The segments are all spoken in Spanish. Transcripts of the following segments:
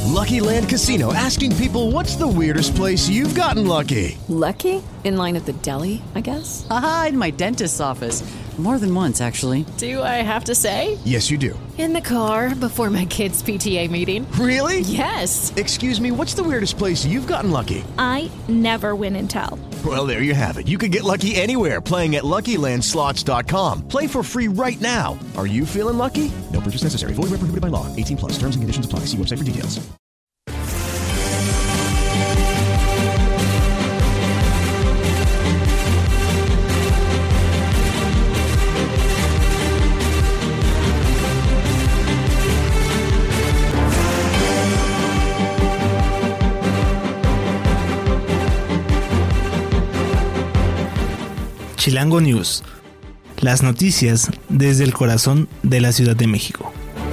Lucky Land Casino, asking people, what's the weirdest place you've gotten lucky? Lucky? In line at the deli, I guess? Aha, in my dentist's office. More than once, actually. Do I have to say? Yes, you do. In the car before my kids' PTA meeting. Really? Yes. Excuse me, what's the weirdest place you've gotten lucky? I never win and tell. Well, there you have it. You can get lucky anywhere, playing at LuckyLandSlots.com. Play for free right now. Are you feeling lucky? No purchase necessary. Void where prohibited by law. 18 plus. Terms and conditions apply. See website for details. Chilango News, las noticias desde el corazón de la Ciudad de México.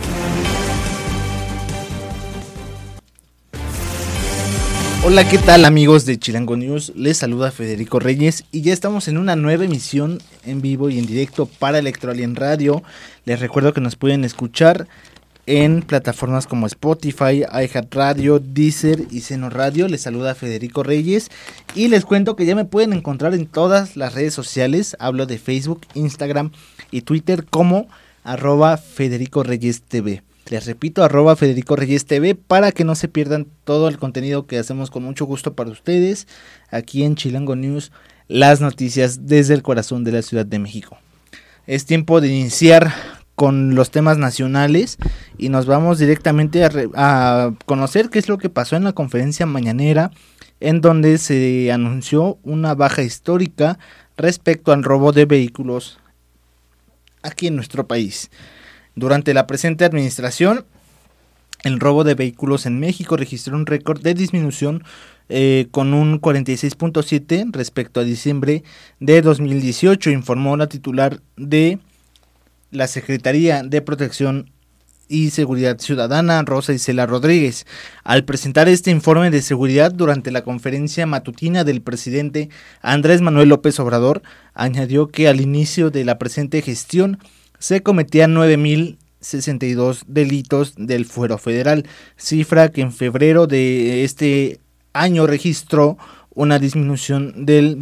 Hola, ¿qué tal amigos de Chilango News? Les saluda Federico Reyes y ya estamos en una nueva emisión en vivo y en directo para Electroalien Radio. Les recuerdo que nos pueden escuchar en plataformas como Spotify, iHeartRadio, Deezer y Seno Radio. Les saluda Federico Reyes y les cuento que ya me pueden encontrar en todas las redes sociales. Hablo de Facebook, Instagram y Twitter como @Federico Reyes TV. Les repito, @Federico Reyes TV, para que no se pierdan todo el contenido que hacemos con mucho gusto para ustedes aquí en Chilango News, las noticias desde el corazón de la Ciudad de México. Es tiempo de iniciar con los temas nacionales y nos vamos directamente a conocer qué es lo que pasó en la conferencia mañanera, en donde se anunció una baja histórica respecto al robo de vehículos aquí en nuestro país. Durante la presente administración, el robo de vehículos en México registró un récord de disminución con un 46.7 respecto a diciembre de 2018, informó la titular de la Secretaría de Protección y Seguridad Ciudadana, Rosa Isela Rodríguez. Al presentar este informe de seguridad durante la conferencia matutina del presidente Andrés Manuel López Obrador, añadió que al inicio de la presente gestión se cometían 9,062 delitos del fuero federal, cifra que en febrero de este año registró una disminución del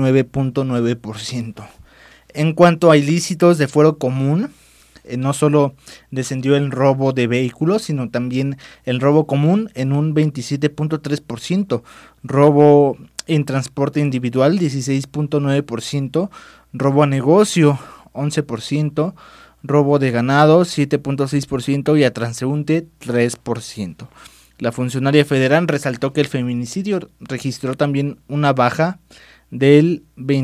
29.9%. En cuanto a ilícitos de fuero común, no solo descendió el robo de vehículos, sino también el robo común en un 27.3%, robo en transporte individual 16.9%, robo a negocio 11%, robo de ganado 7.6% y a transeúnte 3%. La funcionaria federal resaltó que el feminicidio registró también una baja del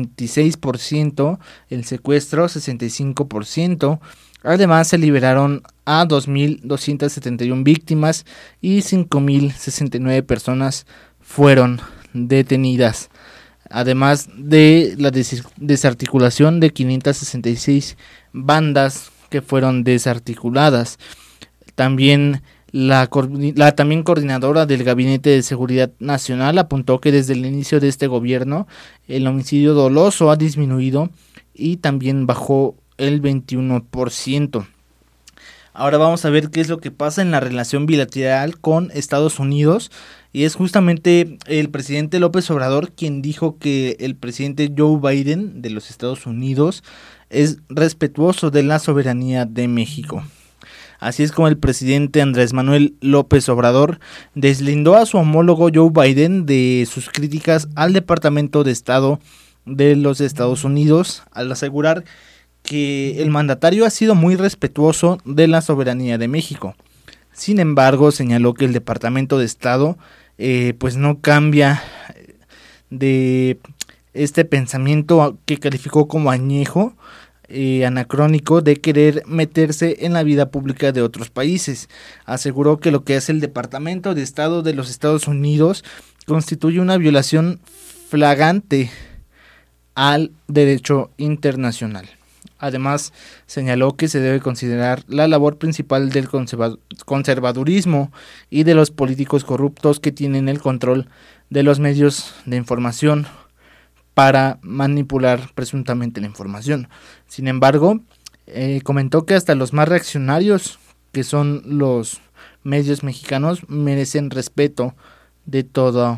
26%, el secuestro 65%, además se liberaron a 2,271 víctimas y 5,069 personas fueron detenidas, además de la desarticulación de 566 bandas que fueron desarticuladas. También la coordinadora del Gabinete de Seguridad Nacional apuntó que desde el inicio de este gobierno el homicidio doloso ha disminuido y también bajó el 21%. Ahora vamos a ver qué es lo que pasa en la relación bilateral con Estados Unidos, y es justamente el presidente López Obrador quien dijo que el presidente Joe Biden de los Estados Unidos es respetuoso de la soberanía de México. Así es como el presidente Andrés Manuel López Obrador deslindó a su homólogo Joe Biden de sus críticas al Departamento de Estado de los Estados Unidos, al asegurar que el mandatario ha sido muy respetuoso de la soberanía de México. Sin embargo, señaló que el Departamento de Estado pues no cambia de este pensamiento que calificó como añejo, anacrónico, de querer meterse en la vida pública de otros países. Aseguró que lo que hace el Departamento de Estado de los Estados Unidos constituye una violación flagrante al derecho internacional. Además, señaló que se debe considerar la labor principal del conservadurismo y de los políticos corruptos que tienen el control de los medios de información para manipular presuntamente la información. Sin embargo, comentó que hasta los más reaccionarios, que son los medios mexicanos merecen respeto de todo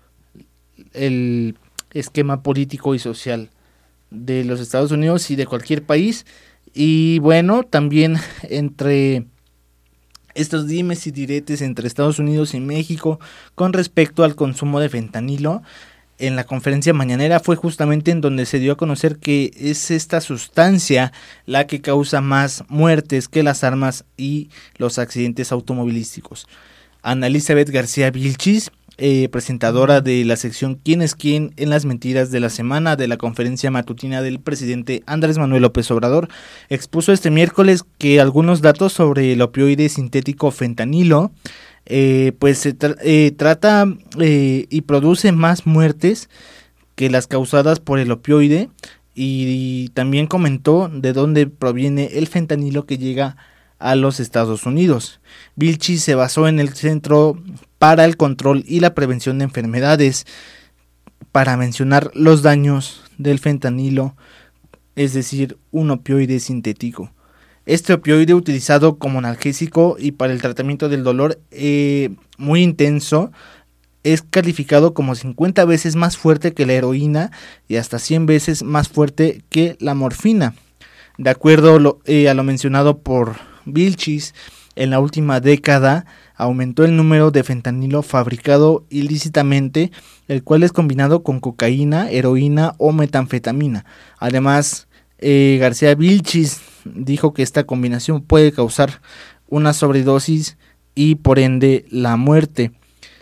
el esquema político y social de los Estados Unidos y de cualquier país. Y bueno, también entre estos dimes y diretes entre Estados Unidos y México con respecto al consumo de fentanilo, en la conferencia mañanera fue justamente en donde se dio a conocer que es esta sustancia la que causa más muertes que las armas y los accidentes automovilísticos. Ana Elizabeth García Vilchis, presentadora de la sección ¿Quién es quién? En las mentiras de la semana de la conferencia matutina del presidente Andrés Manuel López Obrador, expuso este miércoles que algunos datos sobre el opioide sintético fentanilo pues se trata y produce más muertes que las causadas por el opioide, y también comentó de dónde proviene el fentanilo que llega a los Estados Unidos. Vilchis se basó en el Centro para el Control y la Prevención de Enfermedades para mencionar los daños del fentanilo, es decir, un opioide sintético. Este opioide, utilizado como analgésico y para el tratamiento del dolor muy intenso, es calificado como 50 veces más fuerte que la heroína y hasta 100 veces más fuerte que la morfina. De acuerdo a lo mencionado por Vilchis, en la última década aumentó el número de fentanilo fabricado ilícitamente, el cual es combinado con cocaína, heroína o metanfetamina. Además, García Vilchis dijo que esta combinación puede causar una sobredosis y por ende la muerte.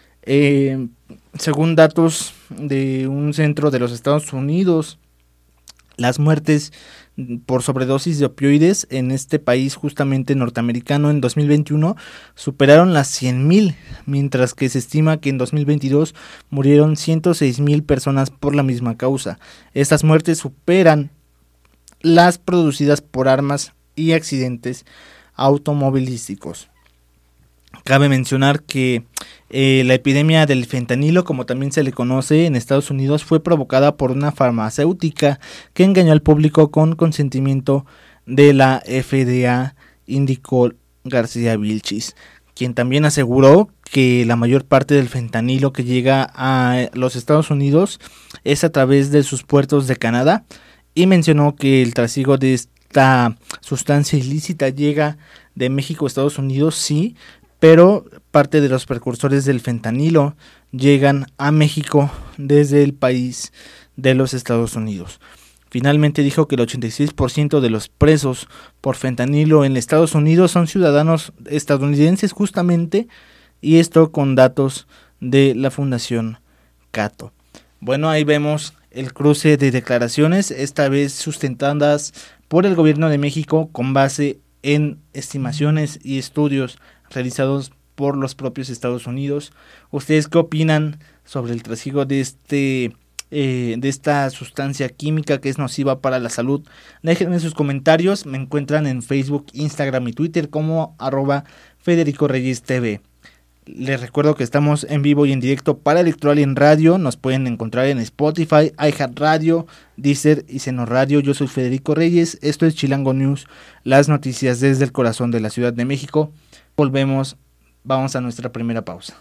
Según datos de un centro de los Estados Unidos, las muertes por sobredosis de opioides en este país justamente norteamericano en 2021 superaron las 100,000, mientras que se estima que en 2022 murieron 106,000 personas por la misma causa. Estas muertes superan las producidas por armas y accidentes automovilísticos. Cabe mencionar que la epidemia del fentanilo, como también se le conoce en Estados Unidos, fue provocada por una farmacéutica que engañó al público con consentimiento de la FDA, indicó García Vilchis, quien también aseguró que la mayor parte del fentanilo que llega a los Estados Unidos es a través de sus puertos de Canadá, y mencionó que el trasiego de esta sustancia ilícita llega de México a Estados Unidos, sí, pero parte de los precursores del fentanilo llegan a México desde el país de los Estados Unidos. Finalmente dijo que el 86% de los presos por fentanilo en Estados Unidos son ciudadanos estadounidenses justamente, y esto con datos de la Fundación Cato. Bueno, ahí vemos el cruce de declaraciones, esta vez sustentadas por el gobierno de México con base en estimaciones y estudios realizados por los propios Estados Unidos. ¿Ustedes qué opinan sobre el trasiego de esta sustancia química que es nociva para la salud? Déjenme sus comentarios, me encuentran en Facebook, Instagram y Twitter como @FedericoReyesTV. Les recuerdo que estamos en vivo y en directo para Electoral y en radio. Nos pueden encontrar en Spotify, iHeartRadio, Deezer y Seno Radio. Yo soy Federico Reyes, esto es Chilango News, las noticias desde el corazón de la Ciudad de México. Volvemos, vamos a nuestra primera pausa.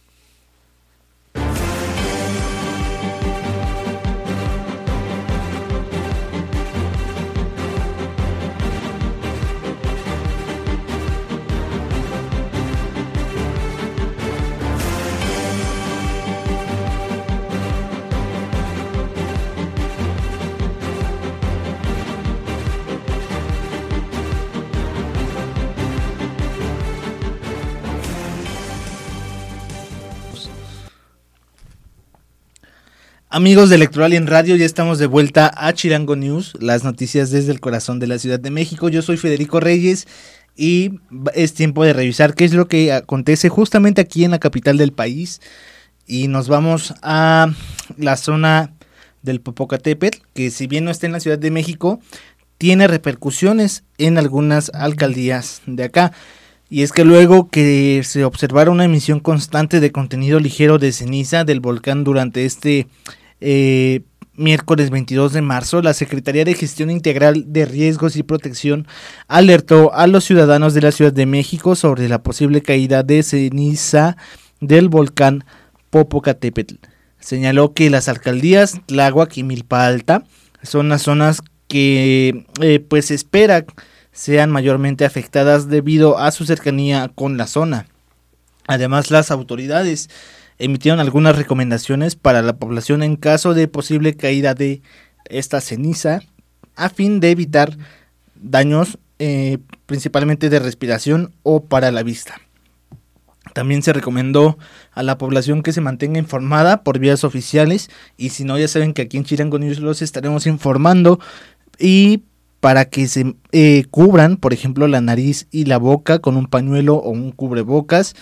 Amigos de Electoral y en radio, ya estamos de vuelta a Chilango News, las noticias desde el corazón de la Ciudad de México. Yo soy Federico Reyes y es tiempo de revisar qué es lo que acontece justamente aquí en la capital del país. Y nos vamos a la zona del Popocatépetl, que si bien no está en la Ciudad de México, tiene repercusiones en algunas alcaldías de acá. Y es que luego que se observara una emisión constante de contenido ligero de ceniza del volcán durante este miércoles 22 de marzo, la Secretaría de Gestión Integral de Riesgos y Protección alertó a los ciudadanos de la Ciudad de México sobre la posible caída de ceniza del volcán Popocatépetl. Señaló que las alcaldías Tláhuac y Milpa Alta son las zonas que pues se espera sean mayormente afectadas debido a su cercanía con la zona. Además, las autoridades emitieron algunas recomendaciones para la población en caso de posible caída de esta ceniza a fin de evitar daños principalmente de respiración o para la vista. También se recomendó a la población que se mantenga informada por vías oficiales y si no, ya saben que aquí en Chilango News los estaremos informando y para que se cubran, por ejemplo, la nariz y la boca con un pañuelo o un cubrebocas.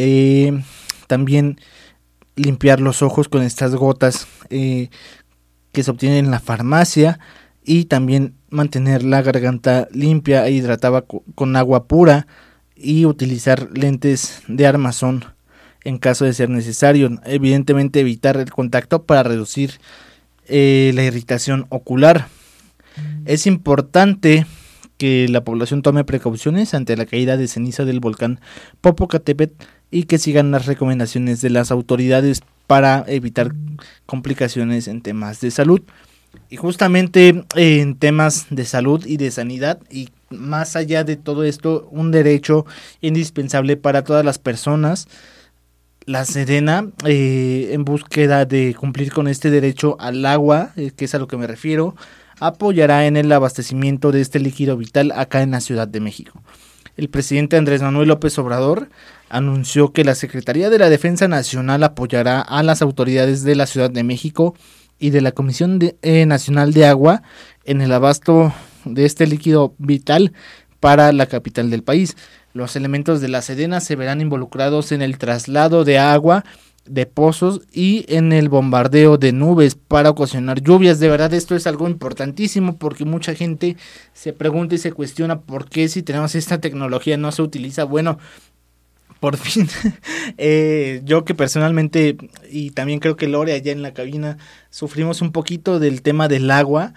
También limpiar los ojos con estas gotas que se obtienen en la farmacia y también mantener la garganta limpia e hidratada con agua pura y utilizar lentes de armazón en caso de ser necesario. Evidentemente evitar el contacto para reducir la irritación ocular. Es importante que la población tome precauciones ante la caída de ceniza del volcán Popocatépetl y que sigan las recomendaciones de las autoridades para evitar complicaciones en temas de salud. Y justamente en temas de salud y de sanidad y más allá de todo esto, un derecho indispensable para todas las personas, la Sedena, en búsqueda de cumplir con este derecho al agua, que es a lo que me refiero, apoyará en el abastecimiento de este líquido vital acá en la Ciudad de México. El presidente Andrés Manuel López Obrador anunció que la Secretaría de la Defensa Nacional apoyará a las autoridades de la Ciudad de México y de la Comisión Nacional de Agua en el abasto de este líquido vital para la capital del país. Los elementos de la Sedena se verán involucrados en el traslado de agua de pozos y en el bombardeo de nubes para ocasionar lluvias. De verdad, esto es algo importantísimo porque mucha gente se pregunta y se cuestiona por qué si tenemos esta tecnología no se utiliza. Bueno, por fin, yo que personalmente y también creo que Lore allá en la cabina sufrimos un poquito del tema del agua.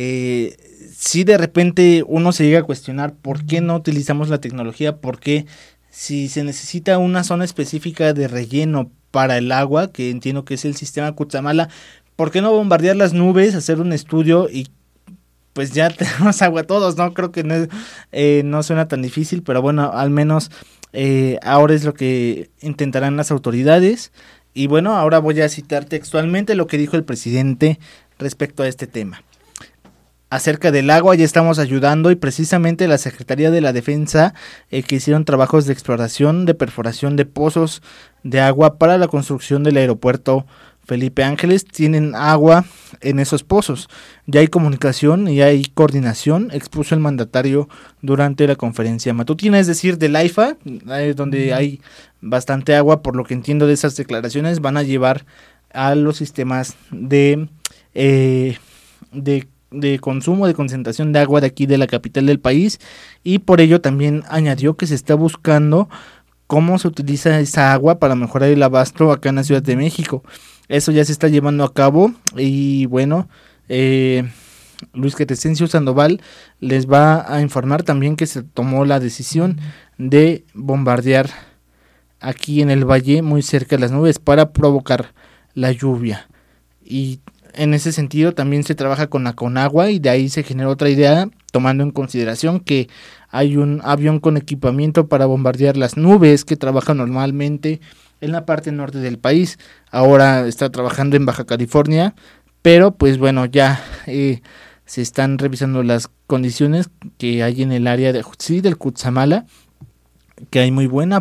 Si de repente uno se llega a cuestionar por qué no utilizamos la tecnología, por qué si se necesita una zona específica de relleno para el agua, que entiendo que es el sistema Cutzamala, ¿por qué no bombardear las nubes, hacer un estudio y pues ya tenemos agua todos? No creo que no suena tan difícil, pero bueno, al menos ahora es lo que intentarán las autoridades. Y bueno, ahora voy a citar textualmente lo que dijo el presidente respecto a este tema. Acerca del agua ya estamos ayudando y precisamente la Secretaría de la Defensa que hicieron trabajos de exploración, de perforación de pozos de agua para la construcción del aeropuerto Felipe Ángeles, tienen agua en esos pozos. Ya hay comunicación y hay coordinación, expuso el mandatario durante la conferencia matutina, es decir, del AIFA, donde hay bastante agua, por lo que entiendo de esas declaraciones, van a llevar a los sistemas de consumo, de concentración de agua de aquí de la capital del país, y por ello también añadió que se está buscando cómo se utiliza esa agua para mejorar el abasto acá en la Ciudad de México. Eso ya se está llevando a cabo y bueno, Luis Crescencio Sandoval les va a informar también que se tomó la decisión de bombardear aquí en el valle, muy cerca de las nubes, para provocar la lluvia. Y en ese sentido también se trabaja con la Conagua y de ahí se generó otra idea, tomando en consideración que hay un avión con equipamiento para bombardear las nubes que trabaja normalmente en la parte norte del país. Ahora está trabajando en Baja California, pero pues bueno, ya se están revisando las condiciones que hay en el área del Cutzamala, que hay muy buenas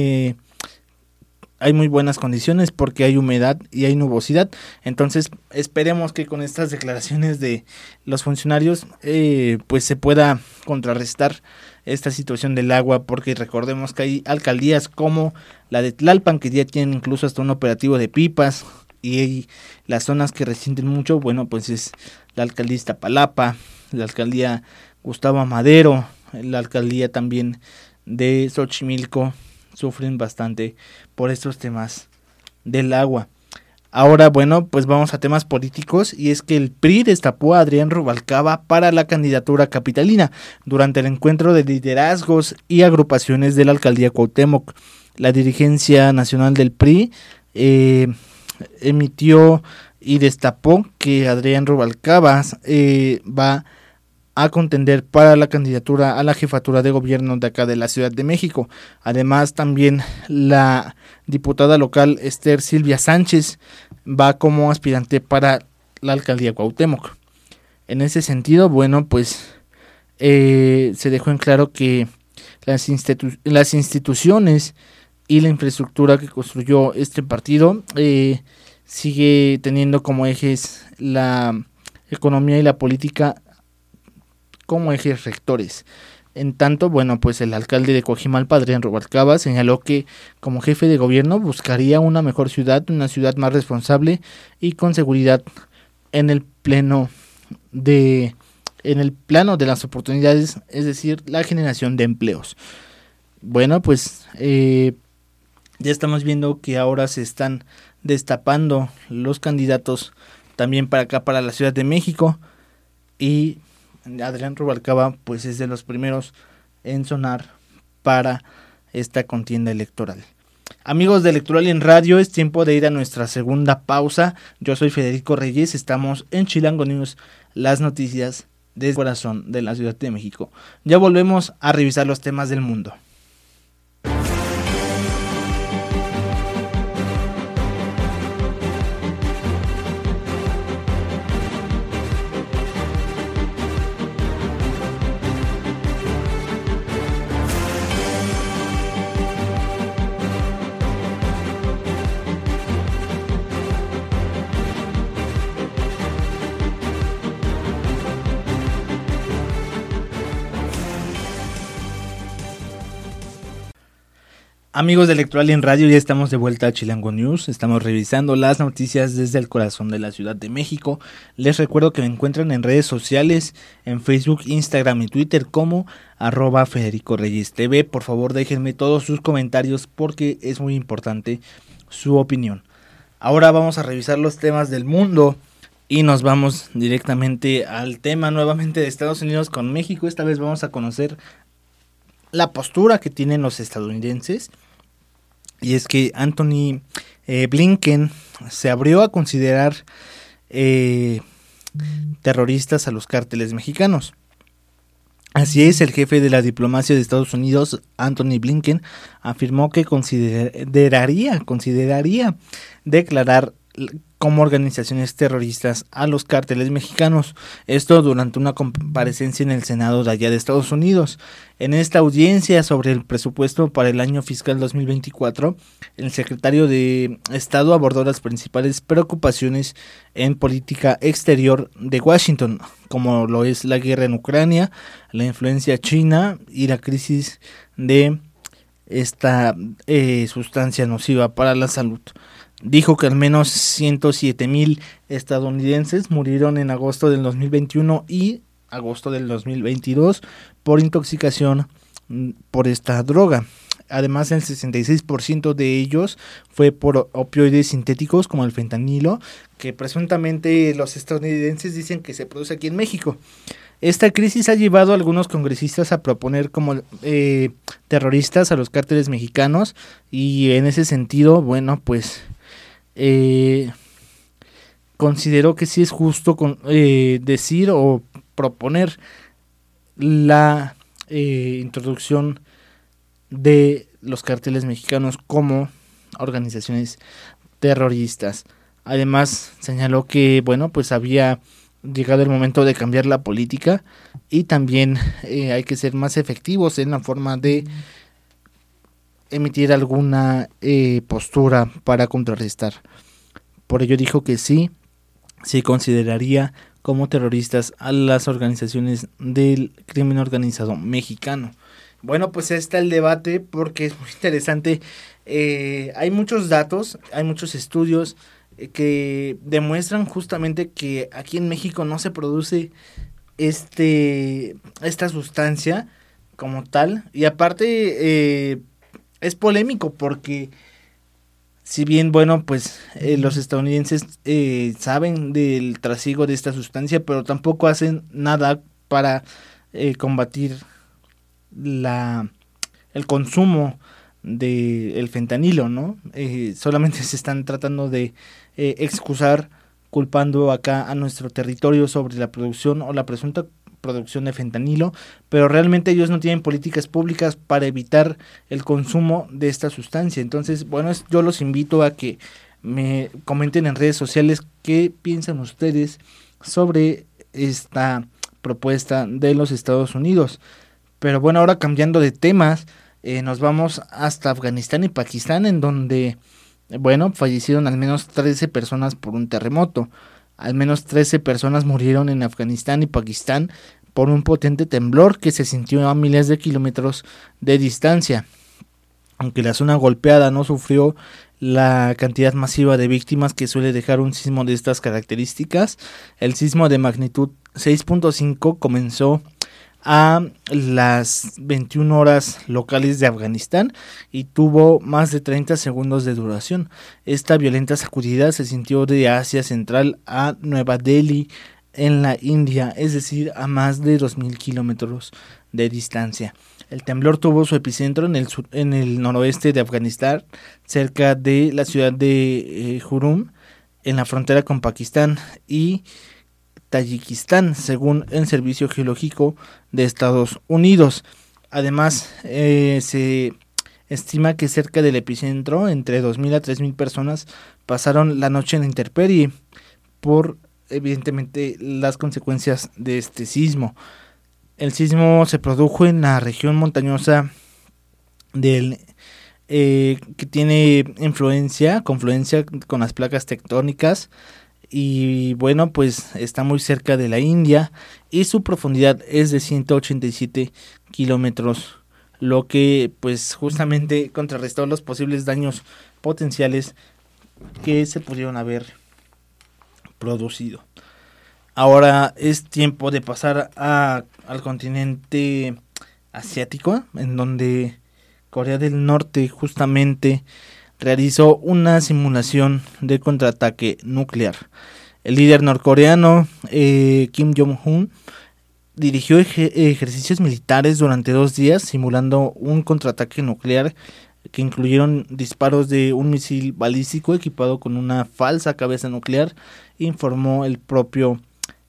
condiciones porque hay humedad y hay nubosidad. Entonces esperemos que con estas declaraciones de los funcionarios pues se pueda contrarrestar esta situación del agua, porque recordemos que hay alcaldías como la de Tlalpan que ya tienen incluso hasta un operativo de pipas, y las zonas que resienten mucho, bueno, pues es la alcaldía Iztapalapa, la alcaldía Gustavo Amadero, la alcaldía también de Xochimilco, sufren bastante por estos temas del agua. Ahora, bueno, pues vamos a temas políticos, y es que el PRI destapó a Adrián Rubalcaba para la candidatura capitalina durante el encuentro de liderazgos y agrupaciones de la alcaldía Cuauhtémoc. La dirigencia nacional del PRI emitió y destapó que Adrián Rubalcaba va a contender para la candidatura a la jefatura de gobierno de acá de la Ciudad de México. Además, también la diputada local Esther Silvia Sánchez va como aspirante para la alcaldía Cuauhtémoc. En ese sentido, bueno, pues se dejó en claro que las instituciones y la infraestructura que construyó este partido sigue teniendo como ejes la economía y la política como ejes rectores. En tanto, bueno, pues el alcalde de Coajimalpa, Adrián Rubalcaba, señaló que como jefe de gobierno buscaría una mejor ciudad, una ciudad más responsable y con seguridad en el plano de las oportunidades, es decir, la generación de empleos. Bueno, pues ya estamos viendo que ahora se están destapando los candidatos también para acá, para la Ciudad de México, y Adrián Rubalcaba pues es de los primeros en sonar para esta contienda electoral. Amigos de Electoral en Radio, es tiempo de ir a nuestra segunda pausa. Yo soy Federico Reyes, estamos en Chilango News, las noticias desde el corazón de la Ciudad de México. Ya volvemos a revisar los temas del mundo. Amigos de Electoral en Radio, ya estamos de vuelta a Chilango News, estamos revisando las noticias desde el corazón de la Ciudad de México. Les recuerdo que me encuentran en redes sociales, en Facebook, Instagram y Twitter como @Federico Reyes TV. Por favor, déjenme todos sus comentarios porque es muy importante su opinión. Ahora vamos a revisar los temas del mundo y nos vamos directamente al tema nuevamente de Estados Unidos con México. Esta vez vamos a conocer la postura que tienen los estadounidenses, y es que Anthony Blinken se abrió a considerar terroristas a los cárteles mexicanos. Así es, el jefe de la diplomacia de Estados Unidos, Anthony Blinken, afirmó que consideraría declarar como organizaciones terroristas a los cárteles mexicanos, esto durante una comparecencia en el Senado de allá de Estados Unidos. En esta audiencia sobre el presupuesto para el año fiscal 2024, el secretario de Estado abordó las principales preocupaciones en política exterior de Washington, como lo es la guerra en Ucrania, la influencia china y la crisis de esta sustancia nociva para la salud. Dijo que al menos 107,000 estadounidenses murieron en agosto del 2021 y agosto del 2022 por intoxicación por esta droga. Además, el 66% de ellos fue por opioides sintéticos como el fentanilo, que presuntamente los estadounidenses dicen que se produce aquí en México. Esta crisis ha llevado a algunos congresistas a proponer como terroristas a los cárteles mexicanos, y en ese sentido, bueno, pues considero que sí es justo decir o proponer la introducción de los cárteles mexicanos como organizaciones terroristas. Además, señaló que, bueno, pues había llegado el momento de cambiar la política y también hay que ser más efectivos en la forma de emitir alguna postura para contrarrestar. Por ello dijo que sí consideraría como terroristas a las organizaciones del crimen organizado mexicano. Bueno, pues está el debate porque es muy interesante. Hay muchos datos, hay muchos estudios que demuestran justamente que aquí en México no se produce esta sustancia como tal, y aparte es polémico porque Si bien, bueno, pues los estadounidenses saben del trasiego de esta sustancia, pero tampoco hacen nada para combatir el consumo del fentanilo, ¿no? Solamente se están tratando de excusar, culpando acá a nuestro territorio sobre la producción o la presunta producción de fentanilo, pero realmente ellos no tienen políticas públicas para evitar el consumo de esta sustancia. Entonces, bueno, yo los invito a que me comenten en redes sociales qué piensan ustedes sobre esta propuesta de los Estados Unidos. Pero bueno, ahora cambiando de temas, nos vamos hasta Afganistán y Pakistán, en donde, bueno, fallecieron al menos 13 personas por un terremoto. Al menos 13 personas murieron en Afganistán y Pakistán por un potente temblor que se sintió a miles de kilómetros de distancia. Aunque la zona golpeada no sufrió la cantidad masiva de víctimas que suele dejar un sismo de estas características, el sismo de magnitud 6.5 comenzó a las 21 horas locales de Afganistán y tuvo más de 30 segundos de duración. Esta violenta sacudida se sintió de Asia Central a Nueva Delhi en la India, es decir, a más de 2.000 kilómetros de distancia. El temblor tuvo su epicentro en el noroeste de Afganistán, cerca de la ciudad de Jurum, en la frontera con Pakistán y Tayikistán, según el Servicio Geológico de Estados Unidos. Además, se estima que cerca del epicentro, entre 2.000 a 3.000 personas pasaron la noche en la intemperie por, evidentemente, las consecuencias de este sismo. El sismo se produjo en la región montañosa que tiene confluencia con las placas tectónicas. Y bueno, pues está muy cerca de la India y su profundidad es de 187 kilómetros, lo que pues justamente contrarrestó los posibles daños potenciales que se pudieron haber producido. Ahora es tiempo de pasar al continente asiático, en donde Corea del Norte justamente realizó una simulación de contraataque nuclear. El líder norcoreano Kim Jong-un dirigió ejercicios militares durante 2 días simulando un contraataque nuclear que incluyeron disparos de un misil balístico equipado con una falsa cabeza nuclear, informó el propio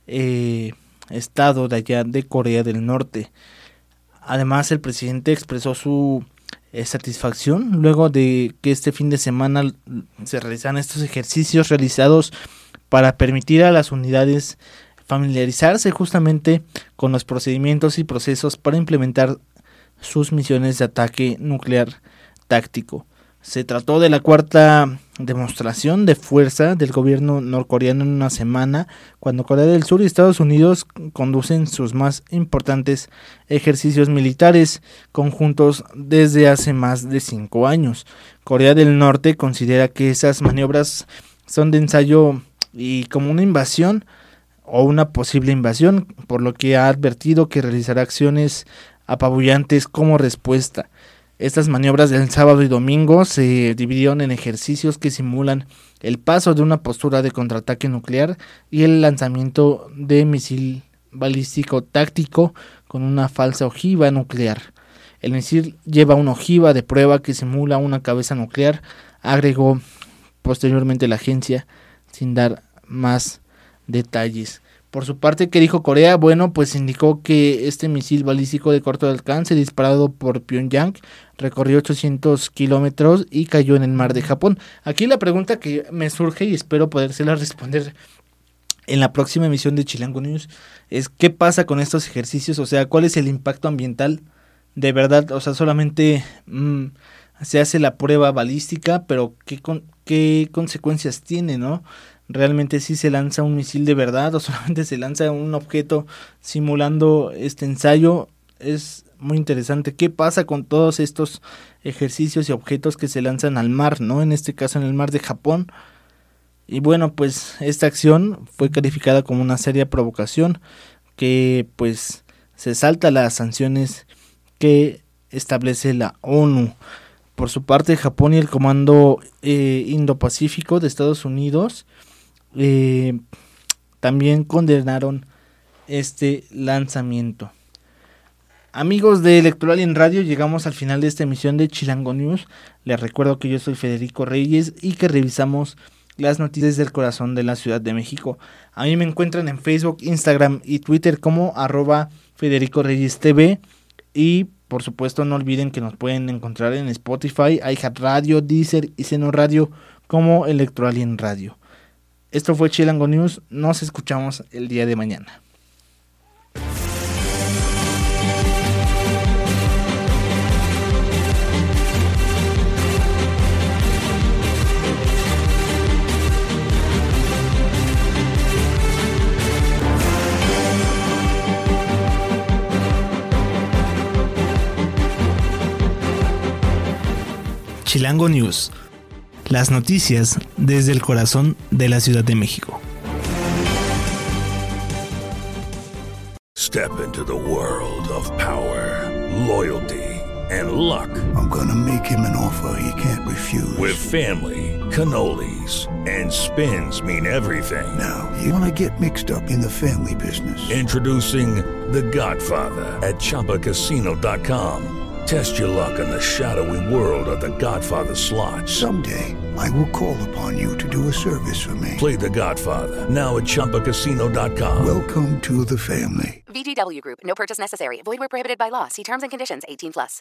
estado de allá de Corea del Norte. Además, el presidente expresó su satisfacción luego de que este fin de semana se realizaran estos ejercicios realizados para permitir a las unidades familiarizarse justamente con los procedimientos y procesos para implementar sus misiones de ataque nuclear táctico. Se trató de la 4ª demostración de fuerza del gobierno norcoreano en una semana, cuando Corea del Sur y Estados Unidos conducen sus más importantes ejercicios militares conjuntos desde hace más de 5 años. Corea del Norte considera que esas maniobras son de ensayo y como una invasión o una posible invasión, por lo que ha advertido que realizará acciones apabullantes como respuesta. Estas maniobras del sábado y domingo se dividieron en ejercicios que simulan el paso de una postura de contraataque nuclear y el lanzamiento de misil balístico táctico con una falsa ojiva nuclear. El misil lleva una ojiva de prueba que simula una cabeza nuclear, agregó posteriormente la agencia sin dar más detalles. Por su parte, ¿qué dijo Corea? Bueno, pues indicó que este misil balístico de corto alcance disparado por Pyongyang recorrió 800 kilómetros y cayó en el mar de Japón. Aquí la pregunta que me surge y espero podérsela responder en la próxima emisión de Chilango News es ¿qué pasa con estos ejercicios? O sea, ¿cuál es el impacto ambiental? De verdad, o sea, solamente se hace la prueba balística, pero ¿qué consecuencias tiene, no? ¿Realmente sí se lanza un misil de verdad o solamente se lanza un objeto simulando este ensayo? Es muy interesante. ¿Qué pasa con todos estos ejercicios y objetos que se lanzan al mar, ¿no? En este caso en el mar de Japón. Y bueno, pues esta acción fue calificada como una seria provocación que pues se salta las sanciones que establece la ONU. Por su parte, Japón y el Comando Indo-Pacífico de Estados Unidos también condenaron este lanzamiento. Amigos de Electoral Radio, llegamos al final de esta emisión de Chilango News. Les recuerdo que yo soy Federico Reyes y que revisamos las noticias del corazón de la Ciudad de México. A mí me encuentran en Facebook, Instagram y Twitter como @Federico Reyes TV. Y por supuesto no olviden que nos pueden encontrar en Spotify, iHeartRadio, Deezer y Seno Radio como Electoral Radio. Esto fue Chilango News. Nos escuchamos el día de mañana. Chilango News. Las noticias desde el corazón de la Ciudad de México. Step into the world of power, loyalty, and luck. I'm gonna make him an offer he can't refuse. With family, cannolis, and spins mean everything. Now, you wanna get mixed up in the family business. Introducing The Godfather at ChumbaCasino.com. Test your luck in the shadowy world of The Godfather slot. Someday, I will call upon you to do a service for me. Play The Godfather, now at ChumbaCasino.com. Welcome to the family. VGW Group. No purchase necessary. Void where prohibited by law. See terms and conditions. 18+.